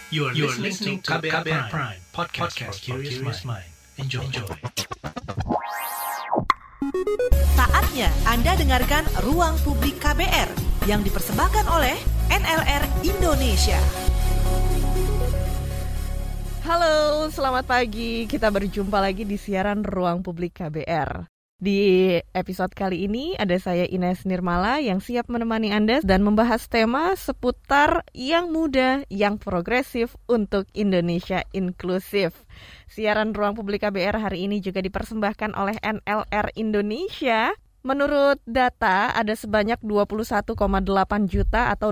You are listening to KBR Prime, podcast for curious mind. Enjoy. Saatnya Anda dengarkan Ruang Publik KBR yang dipersembahkan oleh NLR Indonesia. Halo, selamat pagi. Kita berjumpa lagi di siaran Ruang Publik KBR. Di episode kali ini ada saya Ines Nirmala yang siap menemani Anda dan membahas tema seputar yang muda, yang progresif untuk Indonesia inklusif. Siaran Ruang Publik KBR hari ini juga dipersembahkan oleh NLR Indonesia. Menurut data, ada sebanyak 21,8 juta atau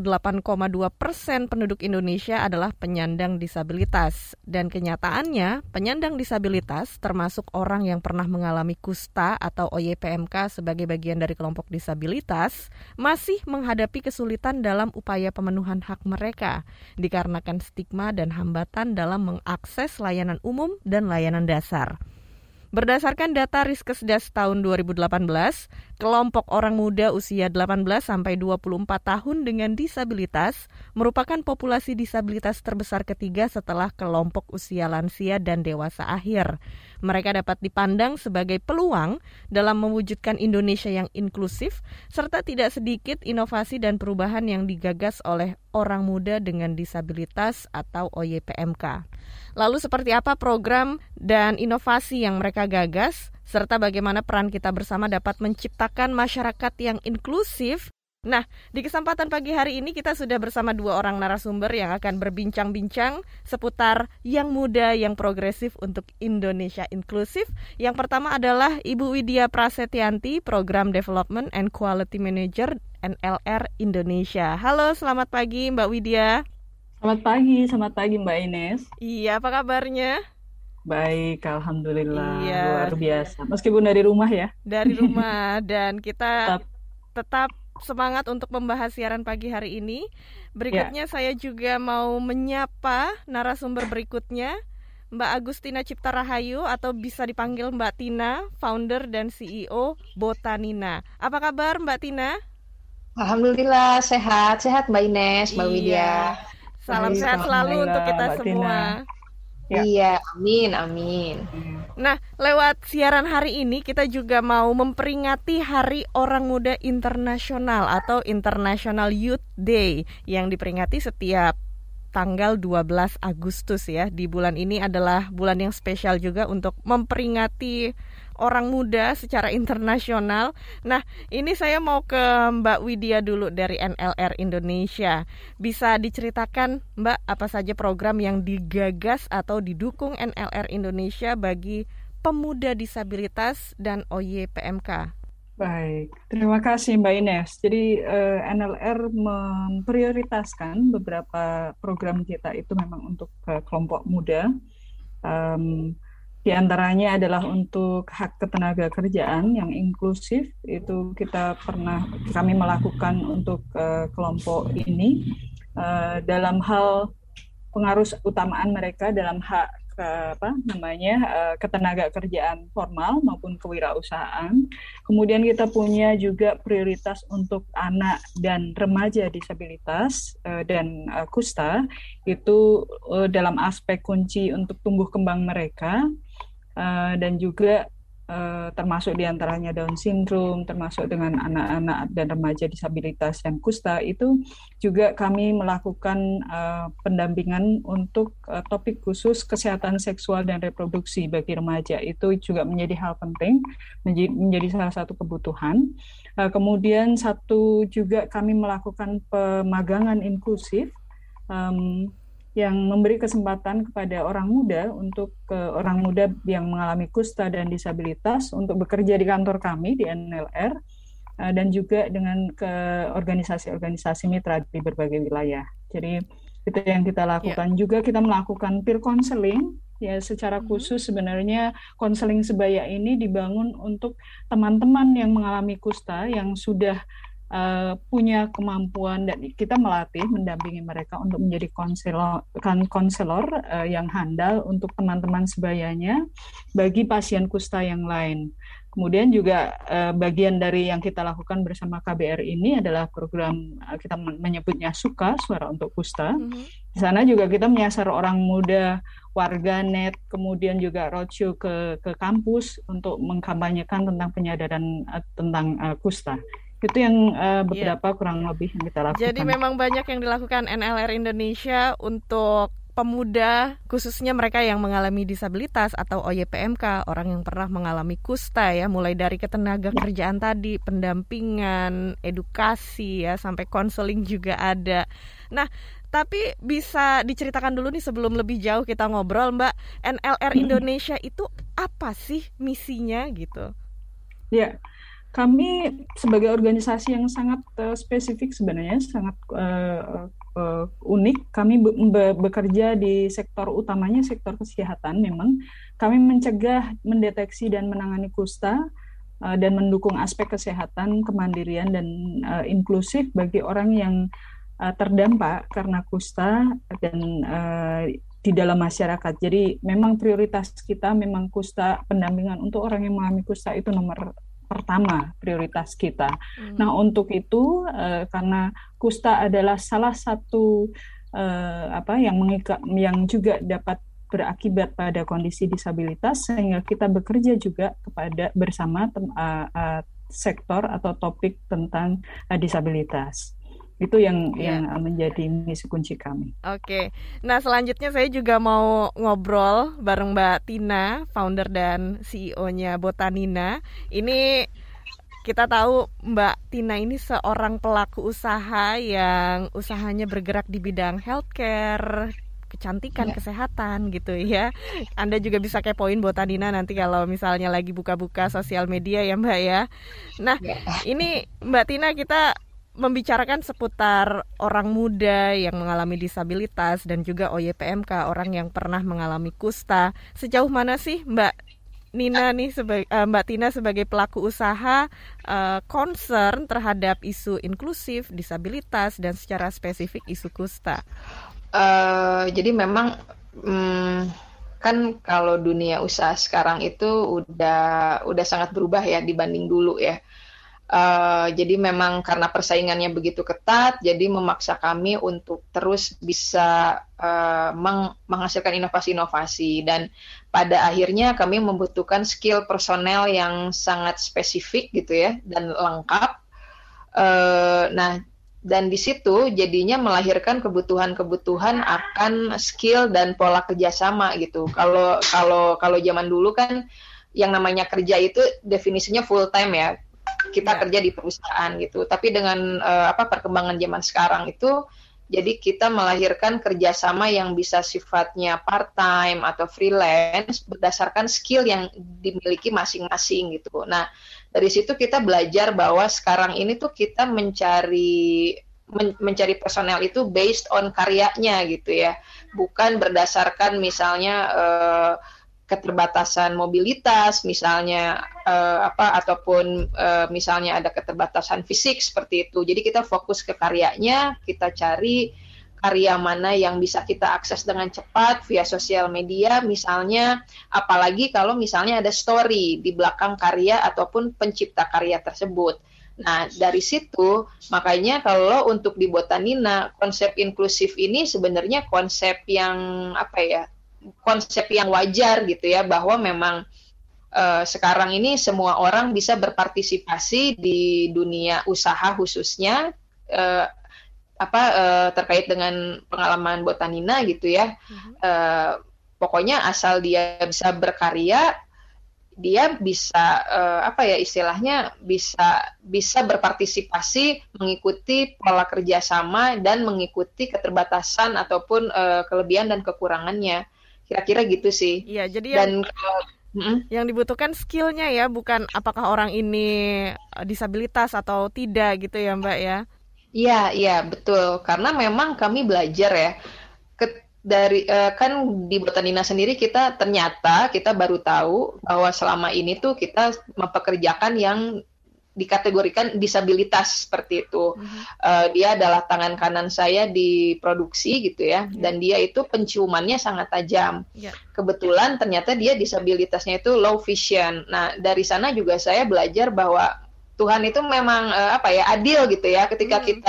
8,2% penduduk Indonesia adalah penyandang disabilitas. Dan kenyataannya, penyandang disabilitas termasuk orang yang pernah mengalami kusta atau OYPMK sebagai bagian dari kelompok disabilitas, masih menghadapi kesulitan dalam upaya pemenuhan hak mereka, dikarenakan stigma dan hambatan dalam mengakses layanan umum dan layanan dasar. Berdasarkan data Riskesdas tahun 2018, kelompok orang muda usia 18 sampai 24 tahun dengan disabilitas merupakan populasi disabilitas terbesar ketiga setelah kelompok usia lansia dan dewasa akhir. Mereka dapat dipandang sebagai peluang dalam mewujudkan Indonesia yang inklusif serta tidak sedikit inovasi dan perubahan yang digagas oleh orang muda dengan disabilitas atau OYPMK. Lalu seperti apa program dan inovasi yang mereka gagas, serta bagaimana peran kita bersama dapat menciptakan masyarakat yang inklusif? Nah, di kesempatan pagi hari ini kita sudah bersama dua orang narasumber yang akan berbincang-bincang seputar yang muda, yang progresif untuk Indonesia inklusif. Yang pertama adalah Ibu Widya Prasetyanti, Program Development and Quality Manager NLR Indonesia. Halo, selamat pagi Mbak Widya. Selamat pagi Mbak Ines. Iya, apa kabarnya? Baik, alhamdulillah. Iya. Luar biasa. Meskipun dari rumah ya. Dari rumah, dan kita tetap semangat untuk membahas siaran pagi hari ini. Berikutnya saya juga mau menyapa narasumber berikutnya, Mbak Agustina Cipta Rahayu atau bisa dipanggil Mbak Tina, founder dan CEO Botanina. Apa kabar Mbak Tina? Alhamdulillah sehat Mbak Ines, Mbak Widya. Salam sehat selalu untuk kita Mbak semua. Ya. Iya, amin. Nah, lewat siaran hari ini kita juga mau memperingati Hari Orang Muda Internasional atau International Youth Day yang diperingati setiap tanggal 12 Agustus ya. Di bulan ini adalah bulan yang spesial juga untuk memperingati orang muda secara internasional. Nah, ini saya mau ke Mbak Widya dulu dari NLR Indonesia. Bisa diceritakan Mbak apa saja program yang digagas atau didukung NLR Indonesia bagi pemuda disabilitas dan OYPMK? Baik, terima kasih Mbak Ines. Jadi NLR memprioritaskan beberapa program kita itu memang untuk kelompok muda. Di antaranya adalah untuk hak ketenaga kerjaan yang inklusif. Itu kami melakukan untuk kelompok ini dalam hal pengaruh utamaan mereka dalam hak ketenaga kerjaan formal maupun kewirausahaan. Kemudian kita punya juga prioritas untuk anak dan remaja disabilitas dan kusta, itu dalam aspek kunci untuk tumbuh kembang mereka, dan juga termasuk diantaranya Down syndrome, termasuk dengan anak-anak dan remaja disabilitas dan kusta. Itu juga kami melakukan pendampingan untuk topik khusus kesehatan seksual dan reproduksi bagi remaja. Itu juga menjadi hal penting, menjadi salah satu kebutuhan. Kemudian juga kami melakukan pemagangan inklusif yang memberi kesempatan kepada orang muda yang mengalami kusta dan disabilitas untuk bekerja di kantor kami di NLR dan juga dengan ke organisasi-organisasi mitra di berbagai wilayah. Jadi itu yang kita lakukan. Juga kita melakukan peer counseling ya, secara khusus sebenarnya konseling sebaya ini dibangun untuk teman-teman yang mengalami kusta yang sudah punya kemampuan, dan kita mendampingi mereka untuk menjadi konselor yang handal untuk teman-teman sebayanya bagi pasien kusta yang lain. Kemudian juga bagian dari yang kita lakukan bersama KBR ini adalah program kita menyebutnya SUKA, Suara untuk Kusta. Di sana juga kita menyasar orang muda, warganet, kemudian juga roadshow ke kampus untuk mengkampanyekan tentang penyadaran tentang kusta. Itu yang beberapa kurang lebih yang kita lakukan. Jadi memang banyak yang dilakukan NLR Indonesia untuk pemuda, khususnya mereka yang mengalami disabilitas atau OYPMK, orang yang pernah mengalami kusta ya, mulai dari ketenagakerjaan tadi, pendampingan, edukasi ya, sampai konseling juga ada. Nah, tapi bisa diceritakan dulu nih sebelum lebih jauh kita ngobrol, Mbak, NLR Indonesia itu apa sih misinya gitu? Ya, kami sebagai organisasi yang sangat spesifik sebenarnya, sangat unik. Kami bekerja di sektor utamanya sektor kesehatan. Memang kami mencegah, mendeteksi dan menangani kusta dan mendukung aspek kesehatan, kemandirian dan inklusif bagi orang yang terdampak karena kusta dan di dalam masyarakat. Jadi memang prioritas kita memang kusta, pendampingan untuk orang yang mengalami kusta itu nomor pertama prioritas kita. Nah, untuk itu karena kusta adalah salah satu yang juga dapat berakibat pada kondisi disabilitas, sehingga kita bekerja juga bersama sektor atau topik tentang disabilitas. Itu yang menjadi misi kunci kami. Oke, nah selanjutnya saya juga mau ngobrol bareng Mbak Tina, founder dan CEO-nya Botanina. Ini kita tahu Mbak Tina ini seorang pelaku usaha yang usahanya bergerak di bidang healthcare, kecantikan, kesehatan gitu ya. Anda juga bisa kepoin Botanina nanti kalau misalnya lagi buka-buka sosial media ya Mbak ya. Nah, ini Mbak Tina, kita membicarakan seputar orang muda yang mengalami disabilitas dan juga OYPMK, orang yang pernah mengalami kusta. Sejauh mana sih Mbak Nina nih Mbak Tina sebagai pelaku usaha concern terhadap isu inklusif, disabilitas dan secara spesifik isu kusta? Jadi memang kan kalau dunia usaha sekarang itu udah sangat berubah ya dibanding dulu ya. Jadi memang karena persaingannya begitu ketat, jadi memaksa kami untuk terus bisa menghasilkan inovasi-inovasi, dan pada akhirnya kami membutuhkan skill personel yang sangat spesifik gitu ya dan lengkap. Nah, dan di situ jadinya melahirkan kebutuhan-kebutuhan akan skill dan pola kerjasama gitu. Kalau zaman dulu kan yang namanya kerja itu definisinya full time ya. Kita kerja di perusahaan gitu, tapi dengan perkembangan zaman sekarang itu, jadi kita melahirkan kerjasama yang bisa sifatnya part time atau freelance berdasarkan skill yang dimiliki masing-masing gitu. Nah, dari situ kita belajar bahwa sekarang ini tuh kita mencari personel itu based on karyanya gitu ya, bukan berdasarkan misalnya keterbatasan mobilitas misalnya ataupun misalnya ada keterbatasan fisik seperti itu. Jadi kita fokus ke karyanya, kita cari karya mana yang bisa kita akses dengan cepat via sosial media misalnya, apalagi kalau misalnya ada story di belakang karya ataupun pencipta karya tersebut. Nah, dari situ makanya kalau untuk di Botanina, konsep inklusif ini sebenarnya konsep yang konsep yang wajar gitu ya, bahwa memang sekarang ini semua orang bisa berpartisipasi di dunia usaha khususnya terkait dengan pengalaman Botanina gitu ya. Pokoknya asal dia bisa berkarya, dia bisa istilahnya bisa berpartisipasi, mengikuti pola kerjasama dan mengikuti keterbatasan ataupun kelebihan dan kekurangannya. Kira-kira gitu sih. Iya, jadi yang dibutuhkan skillnya ya, bukan apakah orang ini disabilitas atau tidak gitu ya Mbak ya? Iya betul. Karena memang kami belajar ya kan di Botanina sendiri kita baru tahu bahwa selama ini tuh kita mempekerjakan yang dikategorikan disabilitas seperti itu. Dia adalah tangan kanan saya di produksi gitu ya, dan dia itu penciumannya sangat tajam. Kebetulan ternyata dia disabilitasnya itu low vision. Nah, dari sana juga saya belajar bahwa Tuhan itu memang adil gitu ya, ketika kita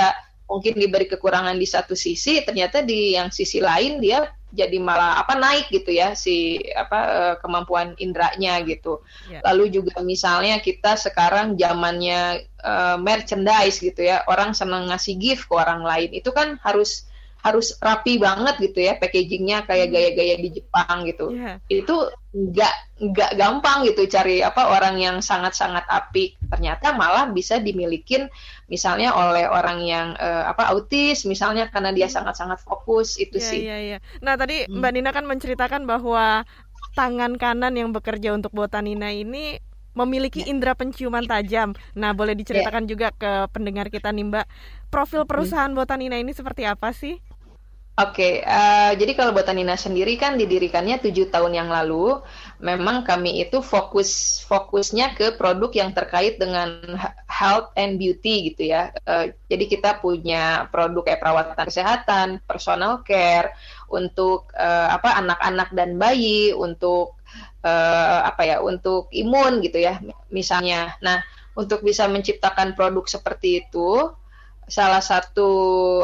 mungkin diberi kekurangan di satu sisi, ternyata di yang sisi lain dia jadi malah naik gitu ya kemampuan indranya gitu. Yeah. Lalu juga misalnya kita sekarang zamannya merchandise gitu ya, orang senang ngasih gift ke orang lain, itu kan harus rapi banget gitu ya, packagingnya kayak gaya-gaya di Jepang gitu. Yeah. Itu nggak gampang gitu cari orang yang sangat-sangat apik. Ternyata malah bisa dimilikin misalnya oleh orang yang autis misalnya, karena dia sangat-sangat fokus itu sih. Iya. Nah tadi Mbak Nina kan menceritakan bahwa tangan kanan yang bekerja untuk Botanina ini memiliki indera penciuman tajam. Nah boleh diceritakan juga ke pendengar kita nih Mbak, profil perusahaan Botanina ini seperti apa sih? Oke, jadi kalau Botanina sendiri kan didirikannya 7 tahun yang lalu. Memang kami itu fokusnya ke produk yang terkait dengan health and beauty gitu ya. Jadi kita punya produk kayak perawatan kesehatan, personal care untuk anak-anak dan bayi, untuk untuk imun gitu ya misalnya. Nah, untuk bisa menciptakan produk seperti itu, salah satu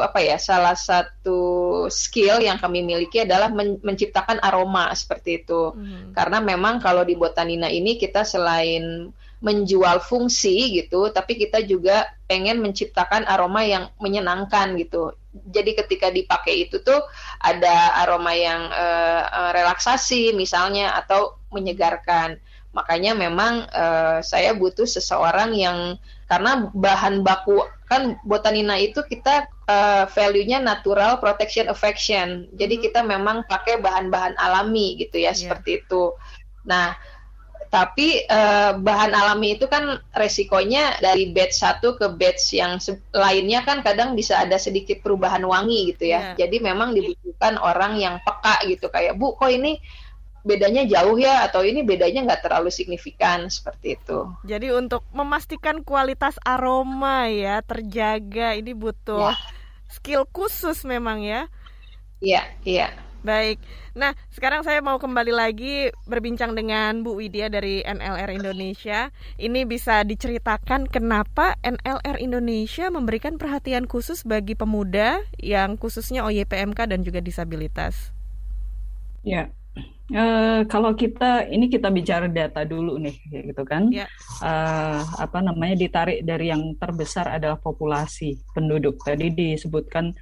skill yang kami miliki adalah menciptakan aroma seperti itu. Karena memang kalau di Botanina ini kita selain menjual fungsi gitu, tapi kita juga pengen menciptakan aroma yang menyenangkan gitu. Jadi ketika dipakai itu tuh ada aroma yang relaksasi misalnya atau menyegarkan. Makanya memang saya butuh seseorang yang, karena bahan baku kan Botanina itu kita value-nya natural protection affection. Jadi kita memang pakai bahan-bahan alami gitu ya, seperti itu. Nah, tapi bahan alami itu kan resikonya dari batch satu ke batch yang lainnya kan kadang bisa ada sedikit perubahan wangi gitu ya. Jadi memang dibutuhkan orang yang peka gitu, kayak Bu, kok ini bedanya jauh ya, atau ini bedanya nggak terlalu signifikan, seperti itu. Jadi untuk memastikan kualitas aroma ya terjaga, ini butuh skill khusus memang ya. Iya. Baik, nah sekarang saya mau kembali lagi berbincang dengan Bu Widya dari NLR Indonesia. Ini bisa diceritakan kenapa NLR Indonesia memberikan perhatian khusus bagi pemuda yang khususnya OYPMK dan juga disabilitas. Ya. Kalau kita bicara data dulu nih, gitu kan? Ditarik dari yang terbesar adalah populasi penduduk. Tadi disebutkan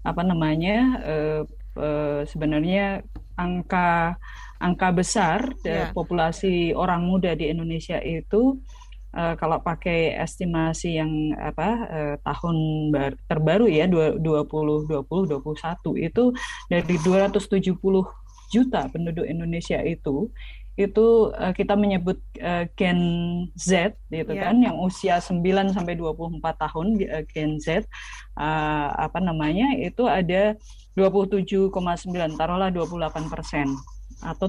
sebenarnya angka besar populasi orang muda di Indonesia itu, kalau pakai estimasi yang tahun terbaru ya 2021 itu dari 270 juta penduduk Indonesia itu kita menyebut Gen Z gitu kan, yang usia 9 sampai 24 tahun, Gen Z itu ada 27,9, taruhlah 28%, atau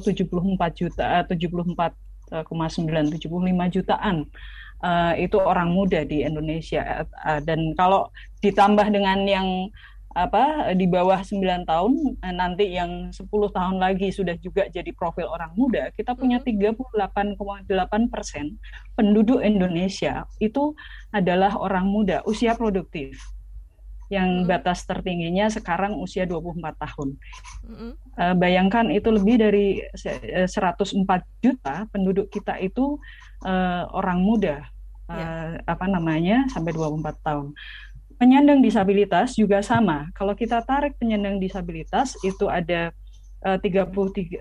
74,9, 75 jutaan itu orang muda di Indonesia. Dan kalau ditambah dengan yang di bawah 9 tahun, nanti yang 10 tahun lagi sudah juga jadi profil orang muda, kita punya 38,8% penduduk Indonesia itu adalah orang muda usia produktif, yang batas tertingginya sekarang usia 24 tahun. Bayangkan itu lebih dari 104 juta penduduk kita itu orang muda, sampai 24 tahun. Penyandang disabilitas juga sama. Kalau kita tarik penyandang disabilitas itu ada 3,3%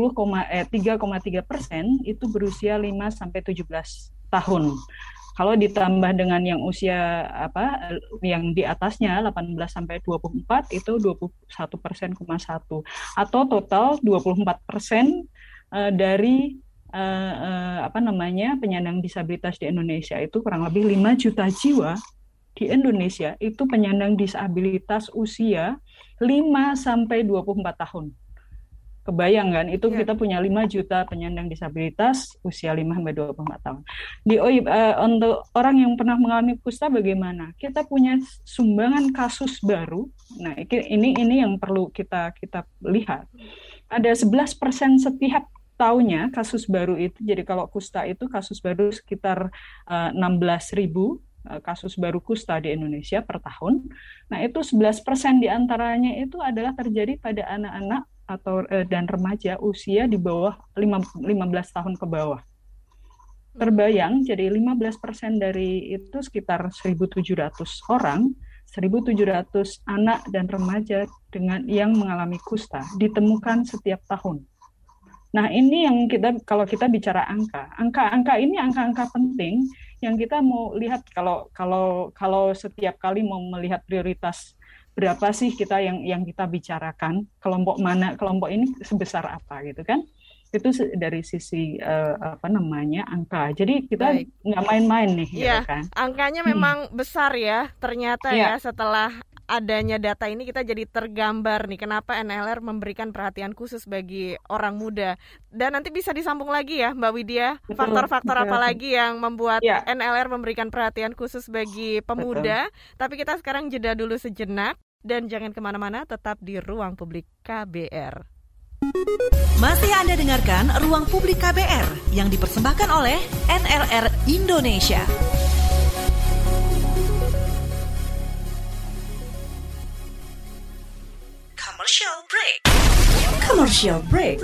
itu berusia 5 sampai 17 tahun. Kalau ditambah dengan yang usia yang di atasnya 18 sampai 24 itu 21,1%, atau total 24% dari penyandang disabilitas di Indonesia itu kurang lebih 5 juta jiwa di Indonesia itu penyandang disabilitas usia 5 sampai 24 tahun. Kebayang kan, itu kita punya 5 juta penyandang disabilitas usia 5 sampai 24 tahun. Untuk orang yang pernah mengalami kusta bagaimana? Kita punya sumbangan kasus baru. Nah, ini yang perlu kita lihat. Ada 11% setiap tahunnya kasus baru itu. Jadi kalau kusta itu kasus baru sekitar 16.000 kasus baru kusta di Indonesia per tahun. Nah, itu 11% diantaranya itu adalah terjadi pada anak-anak atau dan remaja usia di bawah 15 tahun ke bawah. Terbayang, jadi 15% dari itu sekitar 1.700 orang, 1.700 anak dan remaja dengan yang mengalami kusta ditemukan setiap tahun. Nah, ini yang kalau kita bicara angka ini angka-angka penting yang kita mau lihat kalau setiap kali mau melihat prioritas berapa sih kita yang kita bicarakan, kelompok mana, kelompok ini sebesar apa gitu kan? Itu dari sisi angka. Jadi kita nggak main-main nih, ya, gitu kan? Angkanya memang besar ya, ternyata ya setelah adanya data ini kita jadi tergambar nih kenapa NLR memberikan perhatian khusus bagi orang muda. Dan nanti bisa disambung lagi ya Mbak Widya, faktor-faktor apa lagi yang membuat NLR memberikan perhatian khusus bagi pemuda. Tapi kita sekarang jeda dulu sejenak dan jangan kemana-mana, tetap di Ruang Publik KBR. Masih Anda dengarkan Ruang Publik KBR yang dipersembahkan oleh NLR Indonesia. Commercial break.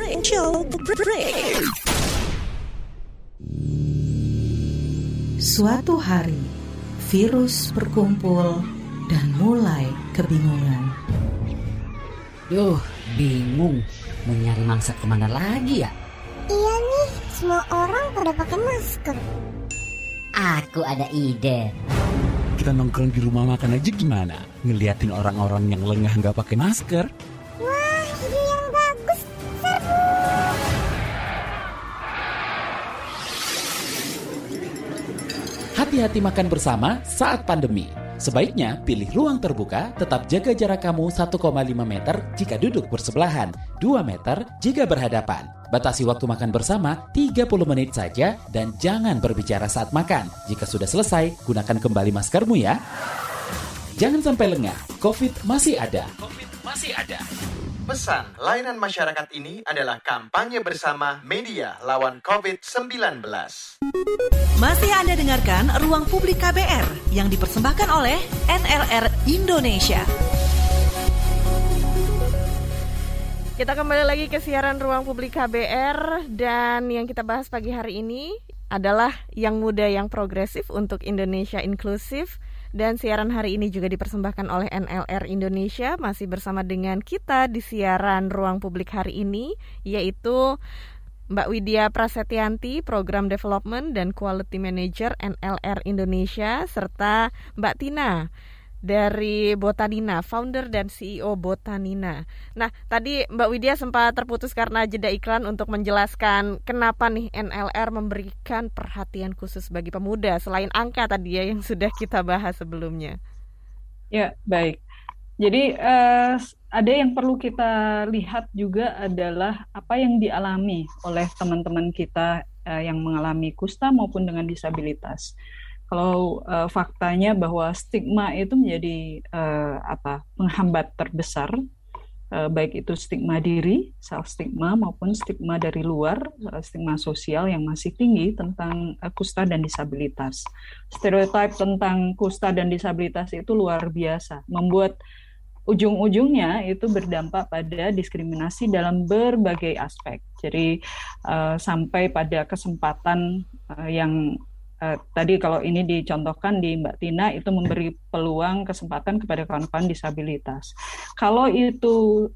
Suatu hari, virus berkumpul dan mulai kebingungan. Bingung. Mau nyari mangsa kemana lagi ya? Iya nih, semua orang pada pakai masker. Aku ada ide. Kita nongkrong di rumah makan aja gimana? Ngeliatin orang-orang yang lengah nggak pakai masker. Wah, ide yang bagus. Seru. Hati-hati makan bersama saat pandemi. Sebaiknya pilih ruang terbuka, tetap jaga jarak kamu 1,5 meter jika duduk bersebelahan, 2 meter jika berhadapan. Batasi waktu makan bersama 30 menit saja dan jangan berbicara saat makan. Jika sudah selesai, gunakan kembali maskermu ya. Jangan sampai lengah, COVID masih ada. Pesan layanan masyarakat ini adalah kampanye bersama media lawan COVID-19. Masih Anda dengarkan Ruang Publik KBR yang dipersembahkan oleh NLR Indonesia. Kita kembali lagi ke siaran Ruang Publik KBR dan yang kita bahas pagi hari ini adalah yang muda yang progresif untuk Indonesia inklusif. Dan siaran hari ini juga dipersembahkan oleh NLR Indonesia. Masih bersama dengan kita di siaran Ruang Publik hari ini, yaitu Mbak Widya Prasetyanti, Program Development dan Quality Manager NLR Indonesia, serta Mbak Tina dari Botanina, founder dan CEO Botanina. Nah, tadi Mbak Widya sempat terputus karena jeda iklan untuk menjelaskan kenapa nih NLR memberikan perhatian khusus bagi pemuda selain angka tadi ya yang sudah kita bahas sebelumnya. Ya, baik. Jadi ada yang perlu kita lihat juga adalah apa yang dialami oleh teman-teman kita yang mengalami kusta maupun dengan disabilitas. Kalau faktanya bahwa stigma itu menjadi penghambat terbesar, baik itu stigma diri, self stigma maupun stigma dari luar, stigma sosial yang masih tinggi tentang kusta dan disabilitas. Stereotip tentang kusta dan disabilitas itu luar biasa, membuat ujung-ujungnya itu berdampak pada diskriminasi dalam berbagai aspek. Jadi sampai pada kesempatan yang tadi kalau ini dicontohkan di Mbak Tina itu memberi peluang kesempatan kepada kawan-kawan disabilitas. Kalau itu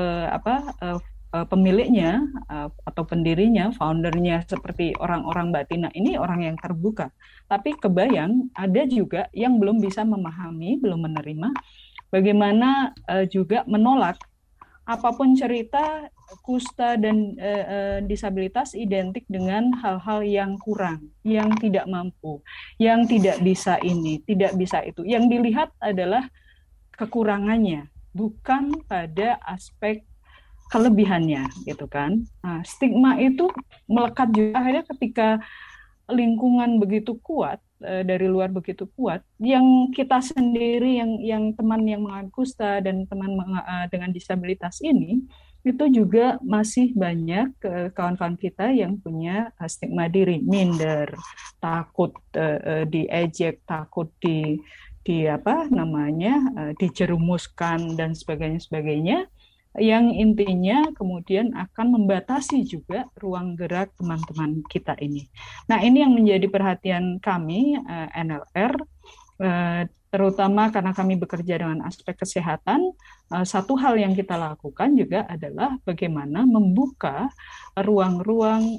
pemiliknya atau pendirinya, foundernya seperti orang-orang Mbak Tina ini orang yang terbuka. Tapi kebayang ada juga yang belum bisa memahami, belum menerima bagaimana juga menolak apapun cerita kusta dan disabilitas identik dengan hal-hal yang kurang, yang tidak mampu, yang tidak bisa ini, tidak bisa itu. Yang dilihat adalah kekurangannya, bukan pada aspek kelebihannya, gitu kan. Nah, stigma itu melekat juga akhirnya ketika lingkungan begitu kuat, dari luar begitu kuat, yang kita sendiri, yang teman yang mengalami kusta dan teman dengan disabilitas ini itu juga masih banyak kawan-kawan kita yang punya stigma diri, minder, takut diejek, takut dijerumuskan dan sebagainya, yang intinya kemudian akan membatasi juga ruang gerak teman-teman kita ini. Nah, ini yang menjadi perhatian kami NLR, terutama karena kami bekerja dengan aspek kesehatan. Satu hal yang kita lakukan juga adalah bagaimana membuka ruang-ruang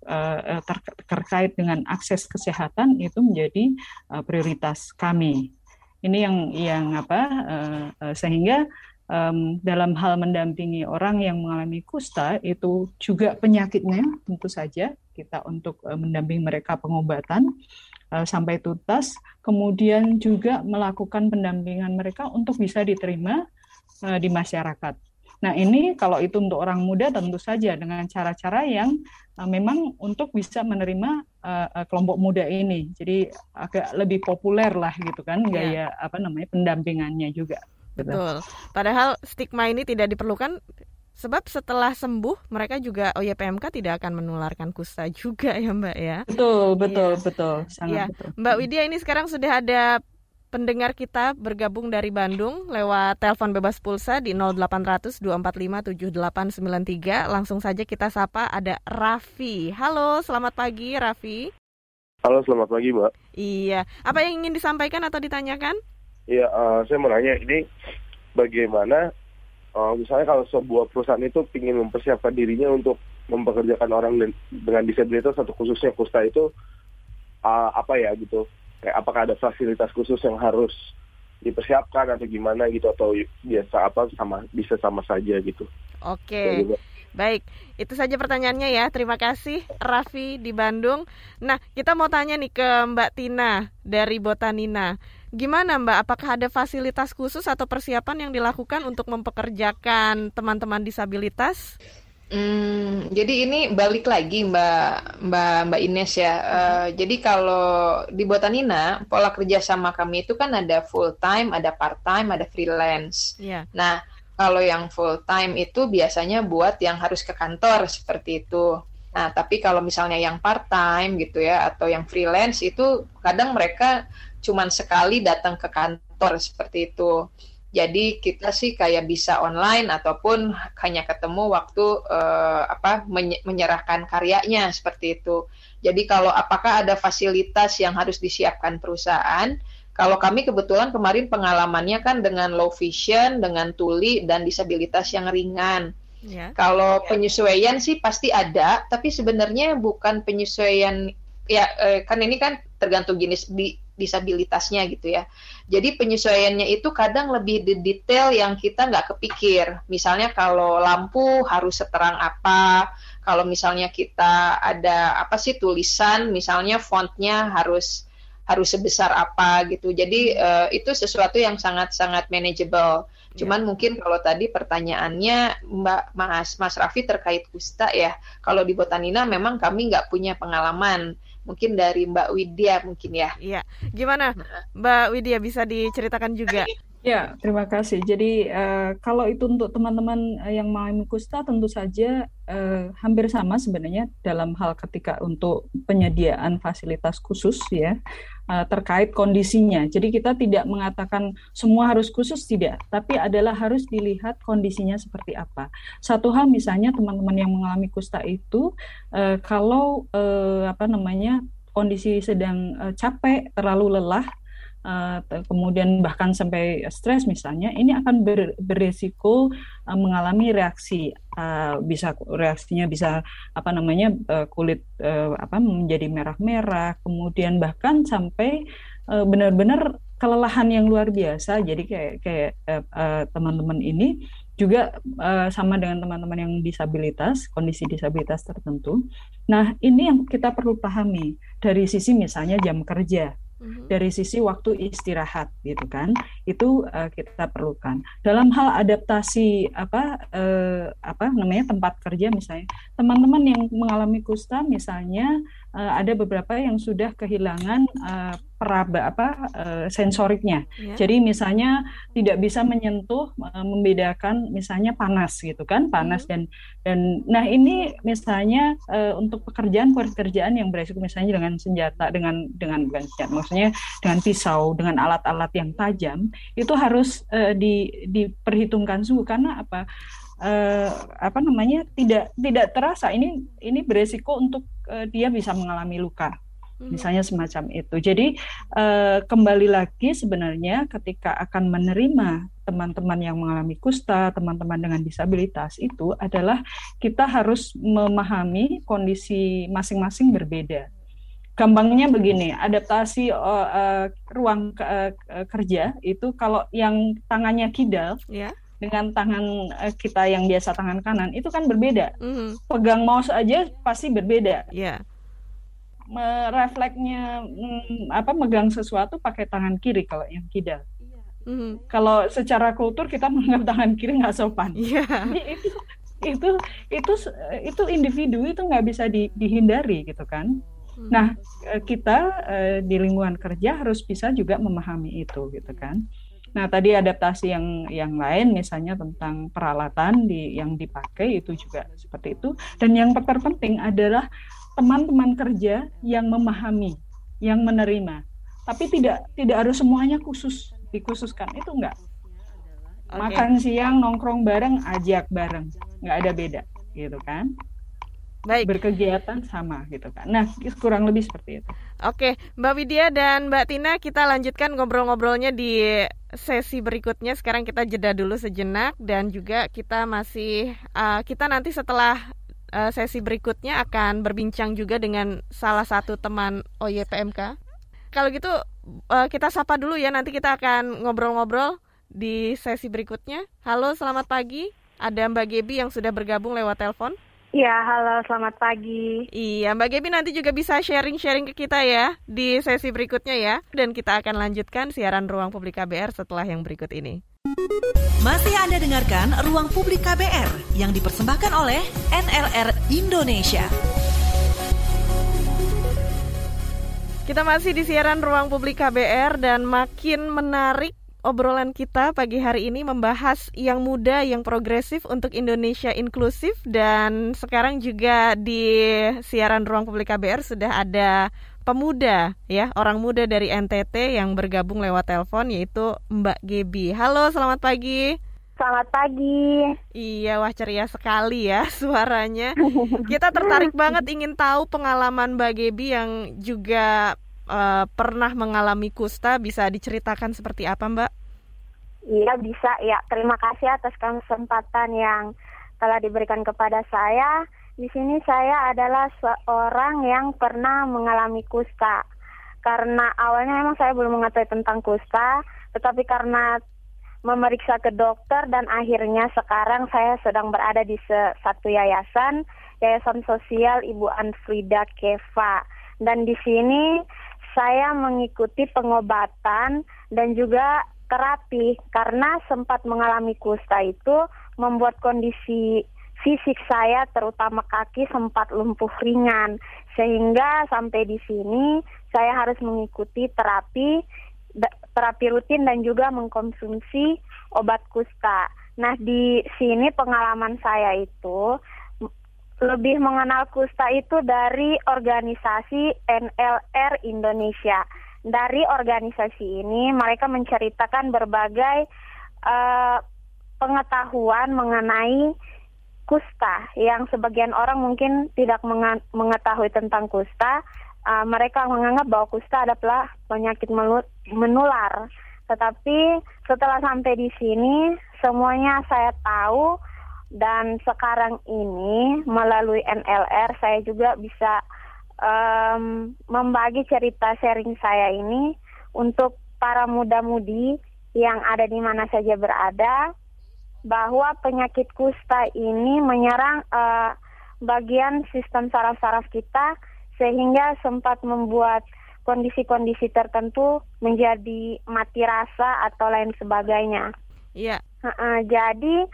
terkait dengan akses kesehatan itu menjadi prioritas kami. Ini yang sehingga dalam hal mendampingi orang yang mengalami kusta itu juga penyakitnya, tentu saja kita untuk mendampingi mereka pengobatan sampai tuntas, kemudian juga melakukan pendampingan mereka untuk bisa diterima di masyarakat. Nah, ini kalau itu untuk orang muda tentu saja dengan cara-cara yang memang untuk bisa menerima kelompok muda ini. Jadi agak lebih populer lah gitu kan gaya pendampingannya juga. Betul. Padahal stigma ini tidak diperlukan, sebab setelah sembuh mereka juga PMK tidak akan menularkan kusta juga ya Mbak ya. Betul, sangat betul. Mbak Widya, ini sekarang sudah ada pendengar kita bergabung dari Bandung lewat telepon bebas pulsa di 0800 245 7893. Langsung saja kita sapa, ada Raffi. Halo, selamat pagi Raffi. Halo, selamat pagi Mbak. Iya, apa yang ingin disampaikan atau ditanyakan? Iya, saya mau nanya ini bagaimana misalnya kalau sebuah perusahaan itu ingin mempersiapkan dirinya untuk mempekerjakan orang dengan disabilitas atau khususnya kusta itu apa ya gitu? Kayak apakah ada fasilitas khusus yang harus dipersiapkan atau gimana gitu, atau biasa bisa sama saja gitu? Oke. Baik, itu saja pertanyaannya ya. Terima kasih Raffi di Bandung. Nah, kita mau tanya nih ke Mbak Tina dari Botanina. Gimana Mbak, apakah ada fasilitas khusus atau persiapan yang dilakukan untuk mempekerjakan teman-teman disabilitas? Jadi ini balik lagi Mbak Ines ya. Jadi kalau di Botanina, pola kerja sama kami itu kan ada full time, ada part time, ada freelance. Yeah. Nah, kalau yang full time itu biasanya buat yang harus ke kantor seperti itu. Nah, tapi kalau misalnya yang part time gitu ya, atau yang freelance itu kadang mereka cuman sekali datang ke kantor seperti itu. Jadi kita sih kayak bisa online ataupun hanya ketemu waktu menyerahkan karyanya seperti itu. Jadi kalau apakah ada fasilitas yang harus disiapkan perusahaan? Kalau kami kebetulan kemarin pengalamannya kan dengan low vision, dengan tuli dan disabilitas yang ringan. Yeah. Kalau penyesuaian sih pasti ada, tapi sebenarnya bukan penyesuaian kan ini kan tergantung jenis disabilitasnya gitu ya. Jadi penyesuaiannya itu kadang lebih detail yang kita nggak kepikir. Misalnya kalau lampu harus seterang apa, kalau misalnya kita ada tulisan, misalnya fontnya harus sebesar apa gitu. Jadi itu sesuatu yang sangat-sangat manageable. Cuman mungkin kalau tadi pertanyaannya Mas Raffi terkait kusta ya. Kalau di Botanina memang kami nggak punya pengalaman. Mungkin dari Mbak Widya mungkin ya. Iya. Gimana Mbak Widya, bisa diceritakan juga? Ya, terima kasih. Jadi kalau itu untuk teman-teman yang mengalami kusta tentu saja hampir sama sebenarnya dalam hal ketika untuk penyediaan fasilitas khusus ya terkait kondisinya. Jadi kita tidak mengatakan semua harus khusus, tidak, tapi adalah harus dilihat kondisinya seperti apa. Satu hal misalnya teman-teman yang mengalami kusta itu kalau kondisi sedang capek, terlalu lelah, kemudian bahkan sampai stres misalnya, ini akan beresiko mengalami reaksi, reaksinya bisa kulit menjadi merah-merah, kemudian bahkan sampai benar-benar kelelahan yang luar biasa. Jadi kayak teman-teman ini juga sama dengan teman-teman yang disabilitas, kondisi disabilitas tertentu. Nah, ini yang kita perlu pahami dari sisi misalnya jam kerja. Dari sisi waktu istirahat gitu kan, itu kita perlukan. Dalam hal adaptasi tempat kerja misalnya, teman-teman yang mengalami kusta misalnya ada beberapa yang sudah kehilangan sensoriknya. Jadi misalnya tidak bisa menyentuh, membedakan misalnya panas gitu kan, panas dan nah ini misalnya untuk pekerjaan yang beresiko misalnya dengan senjata, dengan bukan senjata, maksudnya dengan pisau, dengan alat-alat yang tajam, itu harus diperhitungkan sungguh karena tidak terasa ini beresiko untuk dia bisa mengalami luka. Misalnya semacam itu. Jadi kembali lagi sebenarnya ketika akan menerima teman-teman yang mengalami kusta, teman-teman dengan disabilitas itu adalah kita harus memahami kondisi masing-masing berbeda. Gampangnya begini, adaptasi ruang kerja itu kalau yang tangannya kidal dengan tangan kita yang biasa tangan kanan itu kan berbeda. Pegang mouse aja pasti berbeda. Refleksnya megang sesuatu pakai tangan kiri kalau yang kidal. Kalau secara kultur kita menganggap tangan kiri nggak sopan. Itu individu itu nggak bisa dihindari gitu kan. Nah kita di lingkungan kerja harus bisa juga memahami itu gitu kan. Nah tadi adaptasi yang lain misalnya tentang peralatan yang dipakai itu juga seperti itu. Dan yang terpenting adalah teman-teman kerja yang memahami, yang menerima, tapi tidak harus semuanya dikhususkan, itu enggak. Makan siang nongkrong bareng, ajak bareng, nggak ada beda, gitu kan? Baik. Berkegiatan sama, gitu kan? Nah, kurang lebih seperti itu. Oke, Mbak Widya dan Mbak Tina, kita lanjutkan ngobrol-ngobrolnya di sesi berikutnya. Sekarang kita jeda dulu sejenak dan juga kita nanti setelah sesi berikutnya akan berbincang juga dengan salah satu teman OYPMK. Kalau gitu kita sapa dulu ya, nanti kita akan ngobrol-ngobrol di sesi berikutnya. Halo, selamat pagi. Ada Mbak Gebi yang sudah bergabung lewat telepon. Iya, halo, selamat pagi. Iya, Mbak Gebi nanti juga bisa sharing-sharing ke kita ya di sesi berikutnya ya. Dan kita akan lanjutkan siaran Ruang Publik KBR setelah yang berikut ini. Masih Anda dengarkan Ruang Publik KBR yang dipersembahkan oleh NLR Indonesia. Kita masih di siaran Ruang Publik KBR dan makin menarik obrolan kita pagi hari ini membahas yang muda, yang progresif untuk Indonesia inklusif. Dan sekarang juga di siaran Ruang Publik KBR sudah ada pemuda ya, orang muda dari NTT yang bergabung lewat telepon, yaitu Mbak Gebi. Halo, selamat pagi. Selamat pagi. Iya, wah ceria sekali ya suaranya. Kita tertarik banget ingin tahu pengalaman Mbak Gebi yang juga pernah mengalami kusta. Bisa diceritakan seperti apa, Mbak? Iya, bisa ya. Terima kasih atas kesempatan yang telah diberikan kepada saya. Di sini saya adalah seorang yang pernah mengalami kusta. Karena awalnya memang saya belum mengetahui tentang kusta, tetapi karena memeriksa ke dokter dan akhirnya sekarang saya sedang berada di satu yayasan sosial Ibu Anfrida Keva. Dan di sini saya mengikuti pengobatan dan juga terapi karena sempat mengalami kusta itu membuat kondisi fisik saya terutama kaki sempat lumpuh ringan, sehingga sampai di sini saya harus mengikuti terapi rutin dan juga mengkonsumsi obat kusta. Nah, di sini pengalaman saya itu lebih mengenal kusta itu dari organisasi NLR Indonesia. Dari organisasi ini mereka menceritakan berbagai pengetahuan mengenai kusta yang sebagian orang mungkin tidak mengetahui tentang kusta. Mereka menganggap bahwa kusta adalah penyakit menular. Tetapi setelah sampai di sini semuanya saya tahu, dan sekarang ini melalui NLR saya juga bisa membagi cerita sharing saya ini untuk para muda-mudi yang ada di mana saja berada, bahwa penyakit kusta ini menyerang bagian sistem saraf-saraf kita sehingga sempat membuat kondisi-kondisi tertentu menjadi mati rasa atau lain sebagainya. Iya. Jadi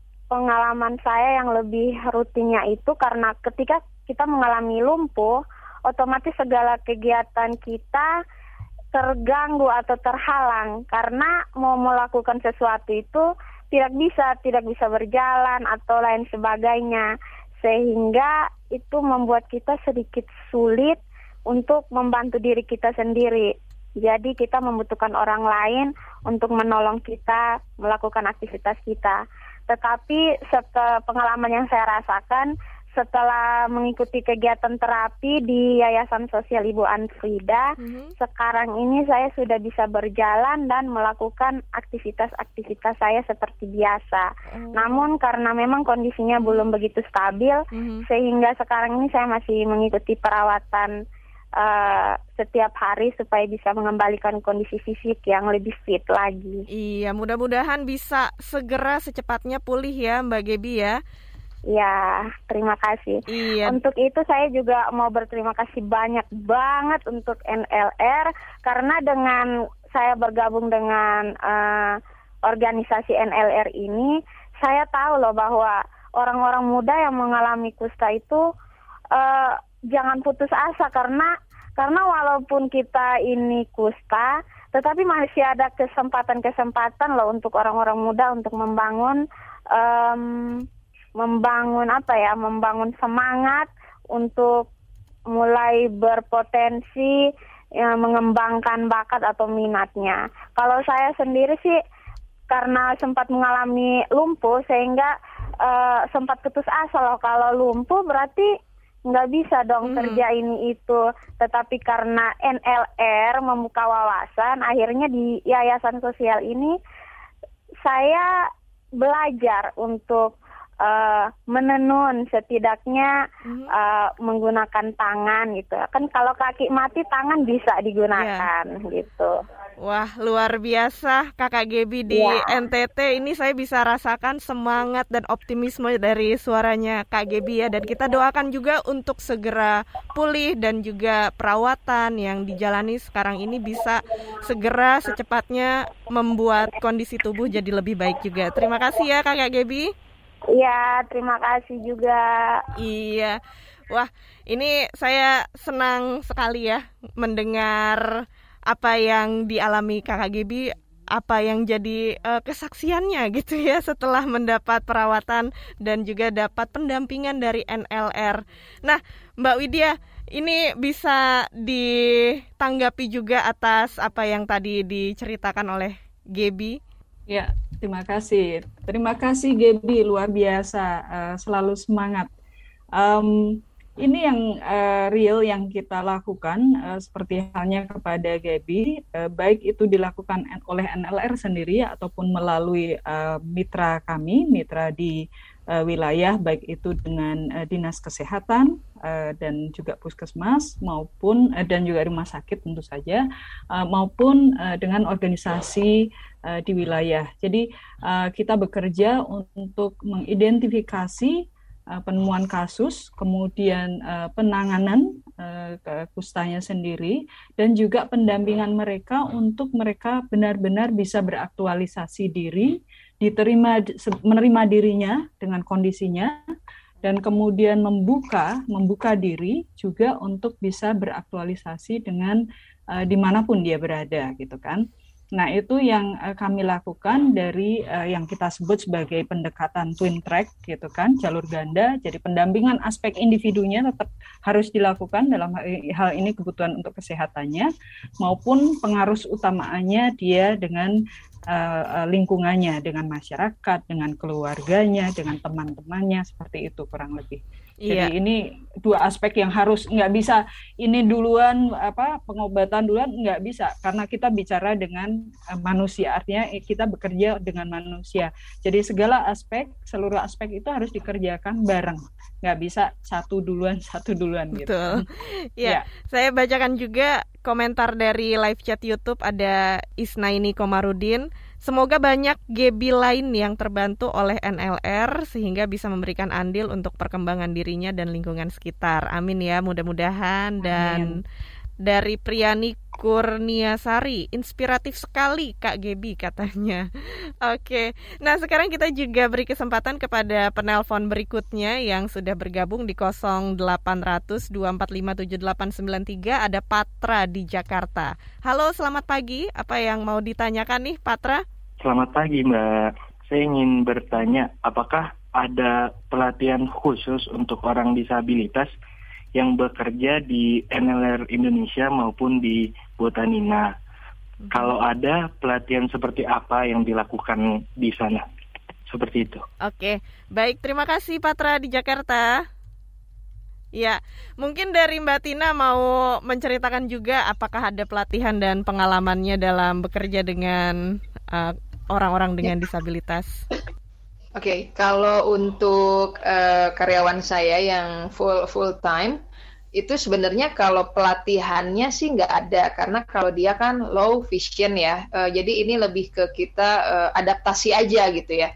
pengalaman saya yang lebih rutinnya itu karena ketika kita mengalami lumpuh, otomatis segala kegiatan kita terganggu atau terhalang karena mau melakukan sesuatu itu tidak bisa berjalan atau lain sebagainya, sehingga itu membuat kita sedikit sulit untuk membantu diri kita sendiri. Jadi kita membutuhkan orang lain untuk menolong kita melakukan aktivitas kita. Tetapi setelah pengalaman yang saya rasakan setelah mengikuti kegiatan terapi di Yayasan Sosial Ibu Anfrida, sekarang ini saya sudah bisa berjalan dan melakukan aktivitas-aktivitas saya seperti biasa. Namun karena memang kondisinya belum begitu stabil, sehingga sekarang ini saya masih mengikuti perawatan setiap hari supaya bisa mengembalikan kondisi fisik yang lebih fit lagi. Iya, mudah-mudahan bisa segera secepatnya pulih ya Mbak Gaby ya. Ya, terima kasih. Iya. Untuk itu saya juga mau berterima kasih banyak banget untuk NLR karena dengan saya bergabung dengan organisasi NLR ini, saya tahu loh bahwa orang-orang muda yang mengalami kusta itu jangan putus asa karena walaupun kita ini kusta, tetapi masih ada kesempatan loh untuk orang-orang muda untuk membangun semangat untuk mulai berpotensi mengembangkan bakat atau minatnya. Kalau saya sendiri sih karena sempat mengalami lumpuh sehingga sempat putus asa loh. Kalau lumpuh berarti nggak bisa dong kerja ini itu. Tetapi karena NLR membuka wawasan, akhirnya di Yayasan Sosial ini saya belajar untuk menenun setidaknya menggunakan tangan gitu. Kan kalau kaki mati tangan bisa digunakan gitu. Wah, luar biasa Kakak Gaby di NTT. Ini saya bisa rasakan semangat dan optimisme dari suaranya Kak Gaby ya. Dan kita doakan juga untuk segera pulih dan juga perawatan yang dijalani sekarang ini bisa segera secepatnya membuat kondisi tubuh jadi lebih baik juga. Terima kasih ya Kakak Gaby. Iya, terima kasih juga. Iya. Wah, ini saya senang sekali ya mendengar apa yang dialami Kakak Gaby, apa yang jadi kesaksiannya gitu ya setelah mendapat perawatan dan juga dapat pendampingan dari NLR. Nah, Mbak Widya, ini bisa ditanggapi juga atas apa yang tadi diceritakan oleh Gaby? Ya, terima kasih. Terima kasih Gaby, luar biasa, selalu semangat. Ini yang real yang kita lakukan, seperti halnya kepada Gaby, baik itu dilakukan oleh NLR sendiri ataupun melalui mitra kami, mitra di wilayah, baik itu dengan Dinas Kesehatan dan juga Puskesmas maupun dan juga rumah sakit tentu saja, maupun dengan organisasi di wilayah. Jadi kita bekerja untuk mengidentifikasi penemuan kasus, kemudian penanganan kustanya sendiri, dan juga pendampingan mereka untuk mereka benar-benar bisa beraktualisasi diri, menerima dirinya dengan kondisinya, dan kemudian membuka diri juga untuk bisa beraktualisasi dengan dimanapun dia berada, gitu kan. Nah, itu yang kami lakukan dari yang kita sebut sebagai pendekatan twin track gitu kan, jalur ganda. Jadi pendampingan aspek individunya tetap harus dilakukan dalam hal ini kebutuhan untuk kesehatannya, maupun pengaruh utamaannya dia dengan lingkungannya, dengan masyarakat, dengan keluarganya, dengan teman-temannya, seperti itu kurang lebih. Jadi ini dua aspek yang harus, nggak bisa ini duluan pengobatan duluan, nggak bisa, karena kita bicara dengan manusia, artinya kita bekerja dengan manusia. Jadi segala aspek, seluruh aspek itu harus dikerjakan bareng, nggak bisa satu duluan gitu. Betul. Ya, saya bacakan juga komentar dari live chat YouTube, ada Isnaini Komarudin. Semoga banyak Gaby lain yang terbantu oleh NLR sehingga bisa memberikan andil untuk perkembangan dirinya dan lingkungan sekitar. Amin ya, mudah-mudahan. Dan dari Priyani Kurniasari. Inspiratif sekali Kak Gebi katanya. Oke, nah sekarang kita juga beri kesempatan kepada penelpon berikutnya yang sudah bergabung di 0800 245 7893. Ada Patra di Jakarta. Halo, selamat pagi. Apa yang mau ditanyakan nih Patra? Selamat pagi Mbak. Saya ingin bertanya, apakah ada pelatihan khusus untuk orang disabilitas yang bekerja di NLR Indonesia maupun di Botanina? Kalau ada, pelatihan seperti apa yang dilakukan di sana? Seperti itu. Oke, baik. Terima kasih Patra di Jakarta. Ya, mungkin dari Mbak Tina mau menceritakan juga apakah ada pelatihan dan pengalamannya dalam bekerja dengan orang-orang dengan disabilitas. Oke, kalau untuk karyawan saya yang full time itu sebenarnya kalau pelatihannya sih nggak ada, karena kalau dia kan low vision ya, jadi ini lebih ke kita adaptasi aja gitu ya,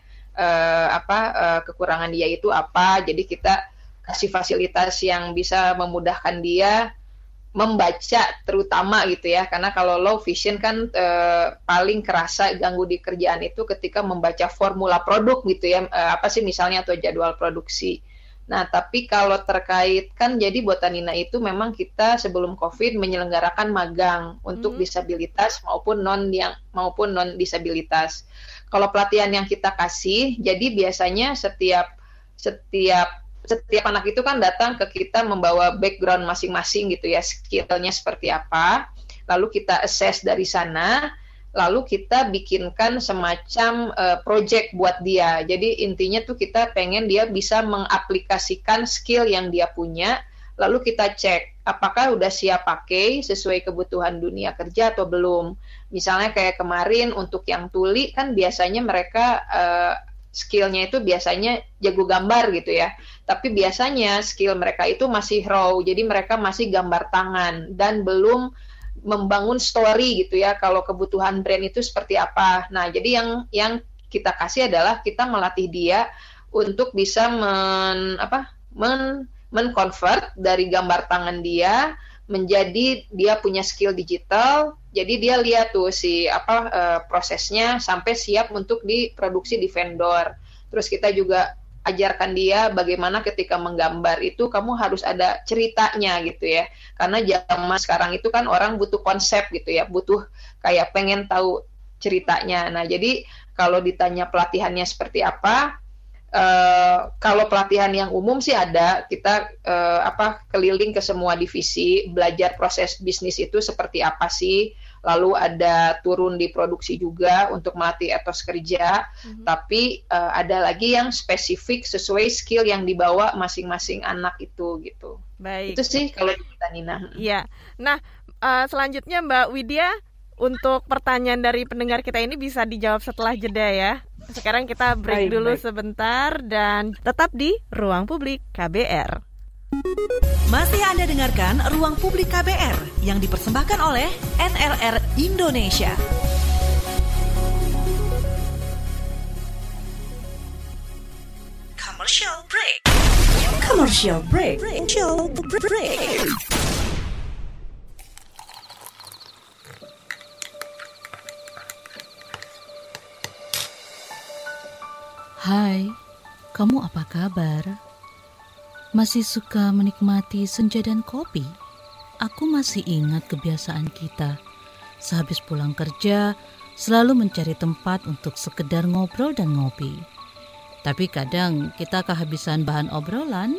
kekurangan dia itu apa, jadi kita kasih fasilitas yang bisa memudahkan dia membaca terutama gitu ya, karena kalau low vision kan paling kerasa ganggu di kerjaan itu ketika membaca formula produk gitu ya, misalnya atau jadwal produksi. Nah tapi kalau terkait kan jadi Botanina itu memang kita sebelum COVID menyelenggarakan magang untuk disabilitas maupun non disabilitas. Kalau pelatihan yang kita kasih, jadi biasanya setiap anak itu kan datang ke kita membawa background masing-masing gitu ya, skillnya seperti apa, lalu kita assess dari sana, lalu kita bikinkan semacam project buat dia. Jadi intinya tuh kita pengen dia bisa mengaplikasikan skill yang dia punya, lalu kita cek apakah udah siap pakai sesuai kebutuhan dunia kerja atau belum. Misalnya kayak kemarin untuk yang tuli kan biasanya mereka skillnya itu biasanya jago gambar gitu ya, tapi biasanya skill mereka itu masih raw, jadi mereka masih gambar tangan dan belum membangun story gitu ya, kalau kebutuhan brand itu seperti apa. Nah jadi yang kita kasih adalah kita melatih dia untuk bisa men-convert dari gambar tangan dia menjadi dia punya skill digital. Jadi dia lihat tuh prosesnya sampai siap untuk diproduksi di vendor. Terus kita juga ajarkan dia bagaimana ketika menggambar itu kamu harus ada ceritanya gitu ya. Karena zaman sekarang itu kan orang butuh konsep gitu ya, butuh kayak pengen tahu ceritanya. Nah, jadi kalau ditanya pelatihannya seperti apa? Kalau pelatihan yang umum sih ada, kita keliling ke semua divisi, belajar proses bisnis itu seperti apa sih, lalu ada turun di produksi juga untuk melatih etos kerja, tapi ada lagi yang spesifik sesuai skill yang dibawa masing-masing anak itu gitu. Baik. Itu sih kalau di Botanina. Iya. Nah, selanjutnya Mbak Widya, untuk pertanyaan dari pendengar kita ini bisa dijawab setelah jeda ya. Sekarang kita break dulu sebentar dan tetap di Ruang Publik KBR. Masih Anda dengarkan Ruang Publik KBR yang dipersembahkan oleh NLR Indonesia. Commercial break. Commercial break. Commercial break. Hai, kamu apa kabar? Masih suka menikmati senja dan kopi? Aku masih ingat kebiasaan kita. Sehabis pulang kerja, selalu mencari tempat untuk sekedar ngobrol dan ngopi. Tapi kadang kita kehabisan bahan obrolan.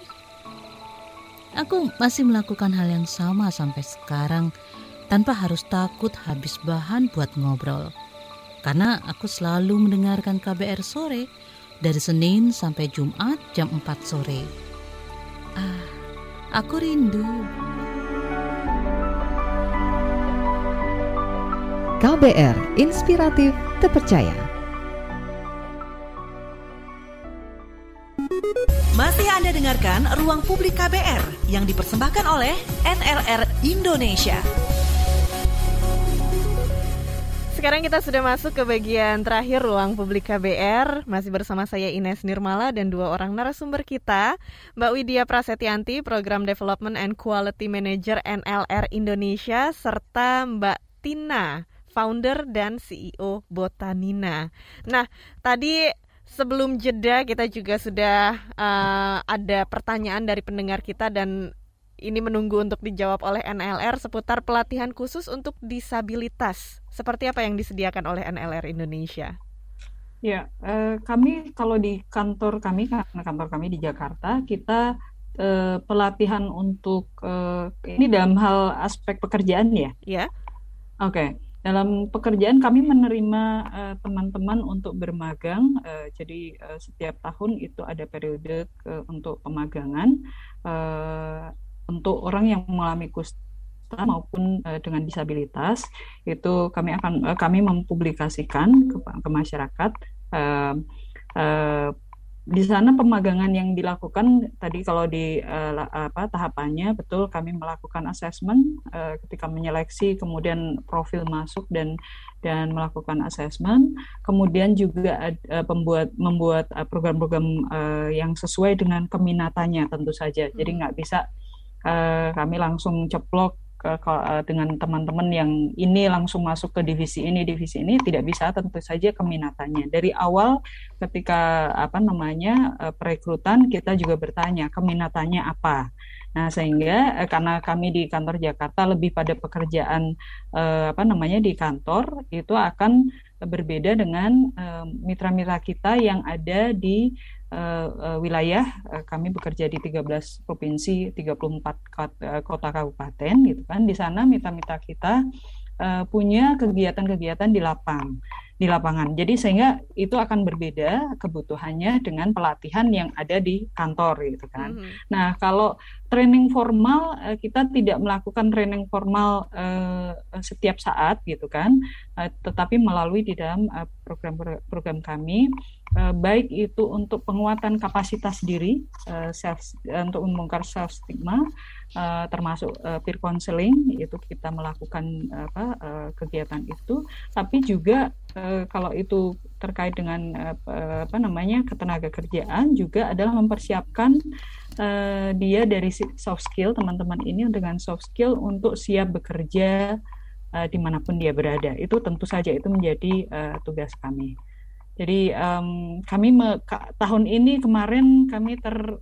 Aku masih melakukan hal yang sama sampai sekarang, tanpa harus takut habis bahan buat ngobrol. Karena aku selalu mendengarkan KBR sore dari Senin sampai Jumat jam 4 sore. Aku rindu. KBR Inspiratif Terpercaya. Masih Anda dengarkan Ruang Publik KBR yang dipersembahkan oleh NLR Indonesia. sekarang kita sudah masuk ke bagian terakhir Ruang Publik KBR. Masih bersama saya Ines Nirmala dan dua orang narasumber kita, Mbak Widya Prasetyanti, Program Development and Quality Manager NLR Indonesia, serta Mbak Tina, Founder dan CEO Botanina. Nah, tadi sebelum jeda kita juga sudah ada pertanyaan dari pendengar kita dan ini menunggu untuk dijawab oleh NLR seputar pelatihan khusus untuk disabilitas. Seperti apa yang disediakan oleh NLR Indonesia? Ya, kami kalau di kantor kami, karena kantor kami di Jakarta, kita pelatihan untuk ini dalam hal aspek pekerjaan ya? Ya. Oke. Dalam pekerjaan kami menerima teman-teman untuk bermagang, jadi setiap tahun itu ada periode untuk pemagangan untuk orang yang mengalami kusta maupun dengan disabilitas. Itu kami mempublikasikan ke masyarakat. Di sana pemagangan yang dilakukan tadi kalau di tahapannya betul kami melakukan assessment ketika menyeleksi, kemudian profil masuk dan melakukan assessment, kemudian juga membuat program-program yang sesuai dengan keminatannya tentu saja. Jadi nggak bisa kami langsung ceplok dengan teman-teman yang ini langsung masuk ke divisi ini, tidak bisa, tentu saja keminatannya. Dari awal ketika perekrutan kita juga bertanya keminatannya apa. Nah, sehingga karena kami di kantor Jakarta lebih pada pekerjaan di kantor, itu akan berbeda dengan mitra-mitra kita yang ada di wilayah. Kami bekerja di 13 provinsi, 34 kota kabupaten gitu kan. Di sana mitra-mitra kita punya kegiatan-kegiatan di lapangan. Jadi sehingga itu akan berbeda kebutuhannya dengan pelatihan yang ada di kantor gitu kan. Nah, kalau training formal, kita tidak melakukan training formal setiap saat gitu kan, tetapi melalui di dalam program kami, baik itu untuk penguatan kapasitas diri, untuk membongkar self stigma, termasuk peer counseling, itu kita melakukan kegiatan itu, tapi juga kalau itu terkait dengan ketenaga kerjaan, juga adalah mempersiapkan dia dari soft skill, teman-teman ini dengan soft skill untuk siap bekerja dimanapun dia berada. Itu tentu saja itu menjadi tugas kami. Jadi kami tahun ini kemarin kami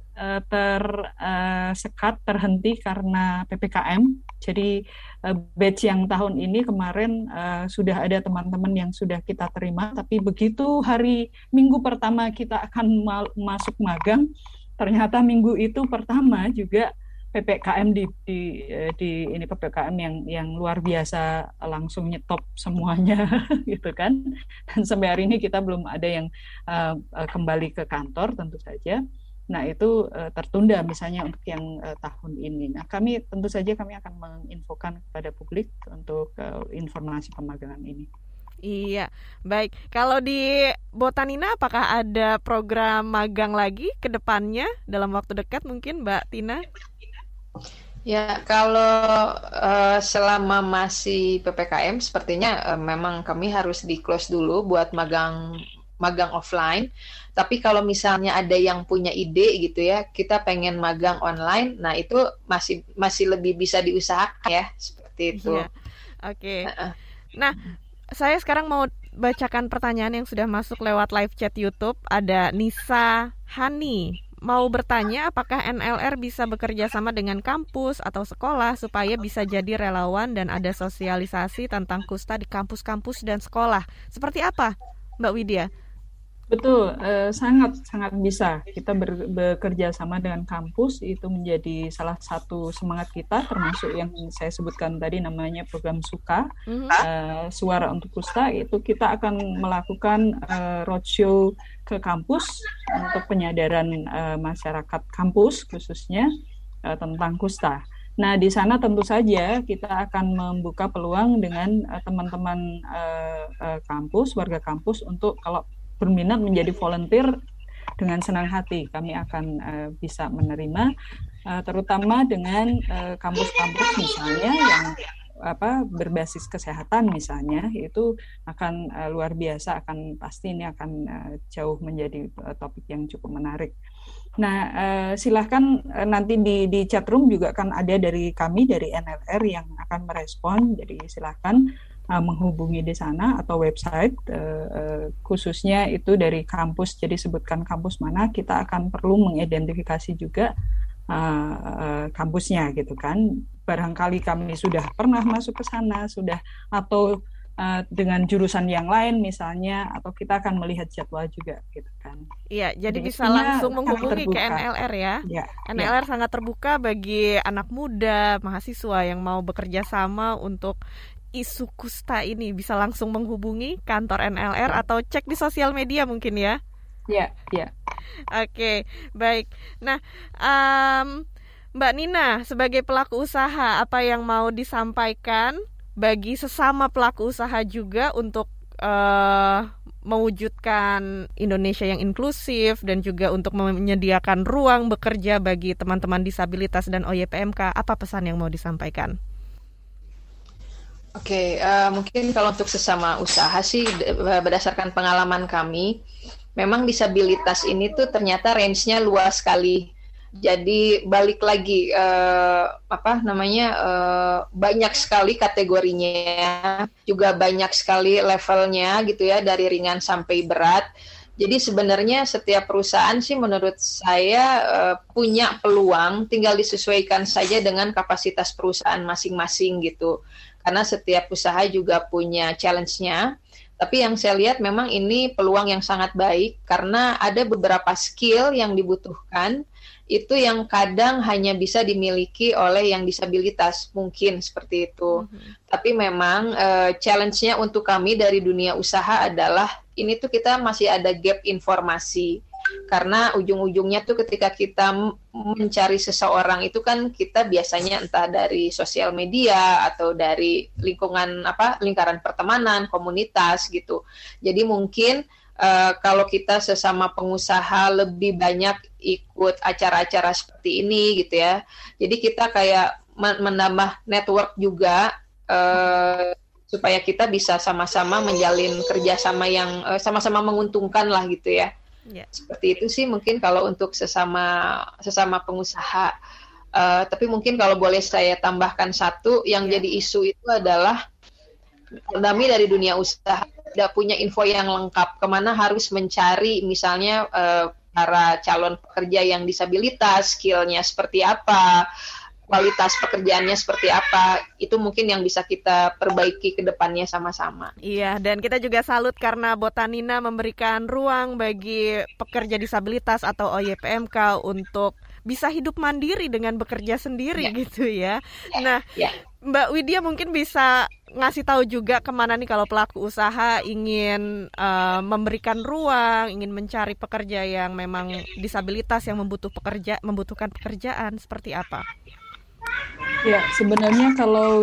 terhenti karena PPKM. Jadi batch yang tahun ini kemarin sudah ada teman-teman yang sudah kita terima, tapi begitu hari Minggu pertama kita akan masuk magang, ternyata minggu itu pertama juga PPKM di ini PPKM yang luar biasa, langsung nyetop semuanya gitu kan. Dan sampai hari ini kita belum ada yang kembali ke kantor tentu saja. Nah, itu tertunda misalnya untuk yang tahun ini. Nah, tentu saja kami akan menginfokan kepada publik untuk informasi pemagangan ini. Iya, baik. Kalau di Botanina apakah ada program magang lagi ke depannya dalam waktu dekat mungkin, Mbak Tina? Ya, kalau selama masih PPKM sepertinya memang kami harus di-close dulu buat magang offline. Tapi kalau misalnya ada yang punya ide gitu ya, kita pengen magang online, nah itu masih lebih bisa diusahakan ya, seperti itu. Iya. Oke. Nah, saya sekarang mau bacakan pertanyaan yang sudah masuk lewat live chat YouTube. Ada Nisa Hani mau bertanya apakah NLR bisa bekerja sama dengan kampus atau sekolah supaya bisa jadi relawan dan ada sosialisasi tentang kusta di kampus-kampus dan sekolah. Seperti apa, Mbak Widya? Betul, sangat bisa. Kita bekerja sama dengan kampus, itu menjadi salah satu semangat kita, termasuk yang saya sebutkan tadi namanya program SUKA, Suara untuk Kusta. Itu kita akan melakukan roadshow ke kampus untuk penyadaran masyarakat kampus khususnya tentang kusta. Nah, di sana tentu saja kita akan membuka peluang dengan teman-teman kampus, warga kampus untuk kalau berminat menjadi volunteer, dengan senang hati kami akan bisa menerima, terutama dengan kampus-kampus misalnya yang berbasis kesehatan misalnya, itu akan luar biasa, pasti ini akan jauh menjadi topik yang cukup menarik. Nah, silahkan nanti di chat room juga kan ada dari kami dari NLR yang akan merespon, jadi silahkan menghubungi di sana atau website, khususnya itu dari kampus, jadi sebutkan kampus mana, kita akan perlu mengidentifikasi juga kampusnya gitu kan. Barangkali kami sudah pernah masuk ke sana, atau dengan jurusan yang lain misalnya, atau kita akan melihat jadwal juga gitu kan. Iya, jadi bisa langsung menghubungi ke NLR ya. NLR sangat terbuka bagi anak muda, mahasiswa yang mau bekerja sama untuk isu kusta ini, bisa langsung menghubungi kantor NLR atau cek di sosial media mungkin ya. Ya. Oke, baik. Nah, Mbak Nina sebagai pelaku usaha, apa yang mau disampaikan bagi sesama pelaku usaha juga untuk mewujudkan Indonesia yang inklusif dan juga untuk menyediakan ruang bekerja bagi teman-teman disabilitas dan OYPMK, apa pesan yang mau disampaikan? Oke, mungkin kalau untuk sesama usaha sih, berdasarkan pengalaman kami, memang disabilitas ini tuh ternyata range-nya luas sekali. Jadi balik lagi, banyak sekali kategorinya, juga banyak sekali levelnya gitu ya, dari ringan sampai berat. Jadi sebenarnya setiap perusahaan sih menurut saya punya peluang, tinggal disesuaikan saja dengan kapasitas perusahaan masing-masing gitu. Karena setiap usaha juga punya challenge-nya. Tapi yang saya lihat memang ini peluang yang sangat baik, karena ada beberapa skill yang dibutuhkan, itu yang kadang hanya bisa dimiliki oleh yang disabilitas, mungkin seperti itu. Tapi memang challenge-nya untuk kami dari dunia usaha adalah, ini tuh kita masih ada gap informasi. Karena ujung-ujungnya tuh ketika kita mencari seseorang itu kan kita biasanya entah dari sosial media atau dari lingkaran pertemanan, komunitas gitu. Jadi mungkin kalau kita sesama pengusaha lebih banyak ikut acara-acara seperti ini gitu ya. Jadi kita kayak menambah network juga supaya kita bisa sama-sama menjalin kerjasama yang sama-sama menguntungkan lah gitu ya. Seperti itu sih mungkin kalau untuk sesama pengusaha. Tapi mungkin kalau boleh saya tambahkan satu yang jadi isu itu adalah kami dari dunia usaha tidak punya info yang lengkap kemana harus mencari misalnya para calon pekerja yang disabilitas, skillnya seperti apa, kualitas pekerjaannya seperti apa, itu mungkin yang bisa kita perbaiki ke depannya sama-sama. Iya, dan kita juga salut karena Botanina memberikan ruang bagi pekerja disabilitas atau OYPMK untuk bisa hidup mandiri dengan bekerja sendiri gitu ya. Nah, Mbak Widya mungkin bisa ngasih tahu juga kemana nih kalau pelaku usaha ingin memberikan ruang, ingin mencari pekerja yang memang disabilitas yang membutuhkan pekerjaan, seperti apa? Ya, sebenarnya kalau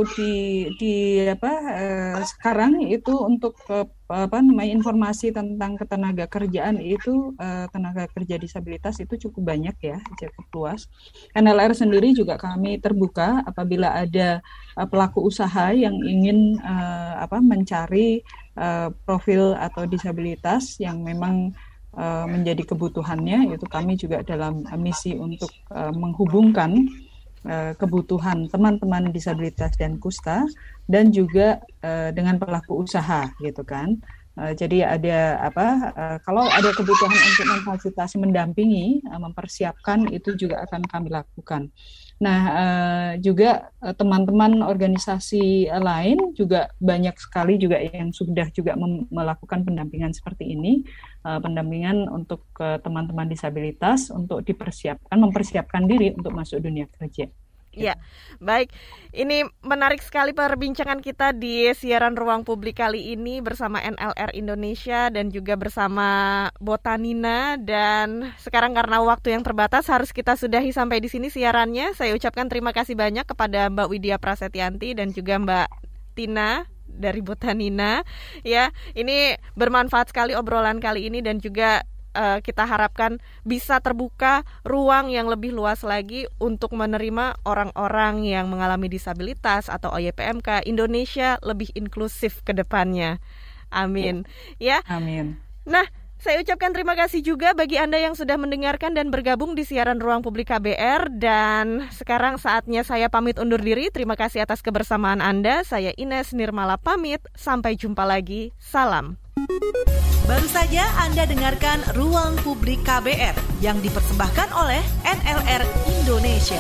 sekarang itu untuk informasi tentang ketenaga kerjaan itu tenaga kerja disabilitas itu cukup banyak ya, cukup luas. NLR sendiri juga kami terbuka apabila ada pelaku usaha yang ingin mencari profil atau disabilitas yang memang menjadi kebutuhannya, itu kami juga dalam misi untuk menghubungkan kebutuhan teman-teman disabilitas dan kusta dan juga dengan pelaku usaha gitu kan. Jadi ada kalau ada kebutuhan untuk memfasilitasi, mendampingi, mempersiapkan, itu juga akan kami lakukan. Nah, juga teman-teman organisasi lain juga banyak sekali juga yang sudah juga melakukan pendampingan seperti ini, pendampingan untuk teman-teman disabilitas untuk mempersiapkan diri untuk masuk dunia kerja. Ya, baik. Ini menarik sekali perbincangan kita di siaran Ruang Publik kali ini bersama NLR Indonesia dan juga bersama Botanina. Dan sekarang karena waktu yang terbatas harus kita sudahi sampai di sini siarannya. Saya ucapkan terima kasih banyak kepada Mbak Widya Prasetyanti dan juga Mbak Tina dari Botanina. Ya, ini bermanfaat sekali obrolan kali ini dan juga kita harapkan bisa terbuka ruang yang lebih luas lagi untuk menerima orang-orang yang mengalami disabilitas atau OYPMK. Indonesia lebih inklusif ke depannya. Amin. Ya. Amin. Nah, saya ucapkan terima kasih juga bagi Anda yang sudah mendengarkan dan bergabung di siaran Ruang Publik KBR. Dan sekarang saatnya saya pamit undur diri. Terima kasih atas kebersamaan Anda. Saya Ines Nirmala pamit. Sampai jumpa lagi. Salam. Baru saja Anda dengarkan Ruang Publik KBR yang dipersembahkan oleh NLR Indonesia.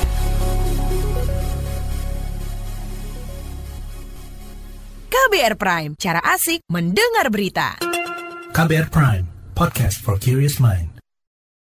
KBR Prime, cara asik mendengar berita. KBR Prime, podcast for curious mind.